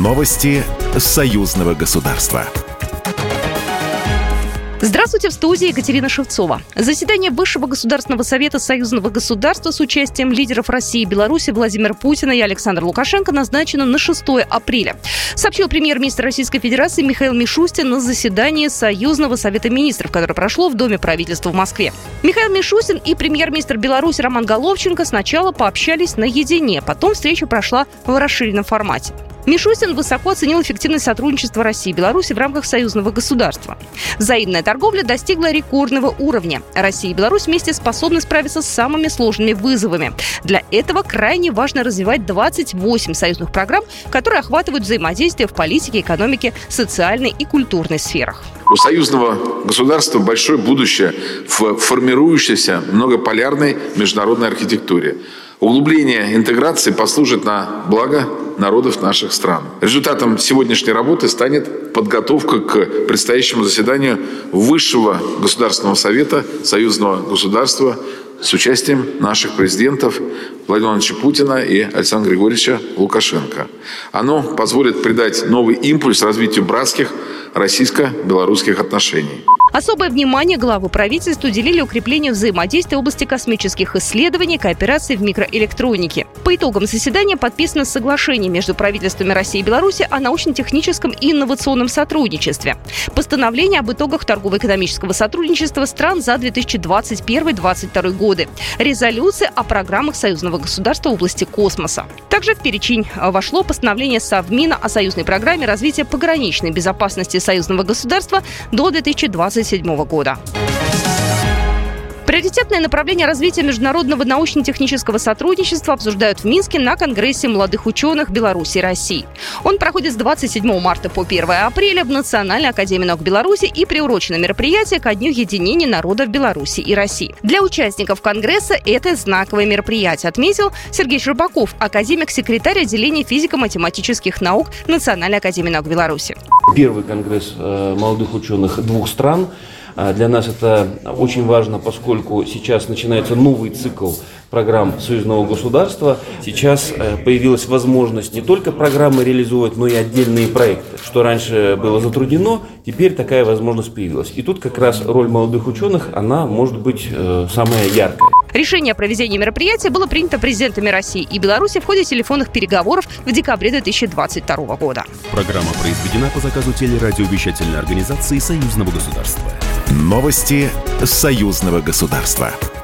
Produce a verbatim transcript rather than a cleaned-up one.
Новости союзного государства. Здравствуйте, в студии Екатерина Шевцова. Заседание Высшего государственного совета союзного государства с участием лидеров России и Беларуси Владимира Путина и Александра Лукашенко назначено на шестое апреля. Сообщил премьер-министр Российской Федерации Михаил Мишустин на заседании Союзного совета министров, которое прошло в Доме правительства в Москве. Михаил Мишустин и премьер-министр Беларуси Роман Головченко сначала пообщались наедине, потом встреча прошла в расширенном формате. Мишустин высоко оценил эффективность сотрудничества России и Беларуси в рамках союзного государства. Взаимная торговля достигла рекордного уровня. Россия и Беларусь вместе способны справиться с самыми сложными вызовами. Для этого крайне важно развивать двадцать восемь союзных программ, которые охватывают взаимодействие в политике, экономике, социальной и культурной сферах. У союзного государства большое будущее в формирующейся многополярной международной архитектуре. Углубление интеграции послужит на благо народов наших стран. Результатом сегодняшней работы станет подготовка к предстоящему заседанию Высшего государственного совета союзного государства с участием наших президентов Владимира Владимировича Путина и Александра Григорьевича Лукашенко. Оно позволит придать новый импульс развитию братских российско-белорусских отношений. Особое внимание главы правительства уделили укреплению взаимодействия в области космических исследований и кооперации в микроэлектронике. По итогам заседания подписано соглашение между правительствами России и Беларуси о научно-техническом и инновационном сотрудничестве. Постановление об итогах торгово-экономического сотрудничества стран за две тысячи двадцать первый — две тысячи двадцать второй годы. Резолюция о программах союзного государства в области космоса. Также в перечень вошло постановление Совмина о союзной программе развития пограничной безопасности союзного государства до две тысячи двадцать седьмого года. Приоритетное направление развития международного научно-технического сотрудничества обсуждают в Минске на Конгрессе молодых ученых Беларуси и России. Он проходит с двадцать седьмого марта по первое апреля в Национальной академии наук Беларуси и приурочено мероприятие ко Дню единения народов Беларуси и России. Для участников Конгресса это знаковое мероприятие, отметил Сергей Щербаков, академик-секретарь отделения физико-математических наук Национальной академии наук Беларуси. Первый конгресс молодых ученых двух стран. Для нас это очень важно, поскольку сейчас начинается новый цикл программ союзного государства. Сейчас появилась возможность не только программы реализовывать, но и отдельные проекты. Что раньше было затруднено, теперь такая возможность появилась. И тут как раз роль молодых ученых, она может быть самая яркая. Решение о проведении мероприятия было принято президентами России и Беларуси в ходе телефонных переговоров в декабре две тысячи двадцать второго года. Программа произведена по заказу телерадиовещательной организации союзного государства. Новости союзного государства.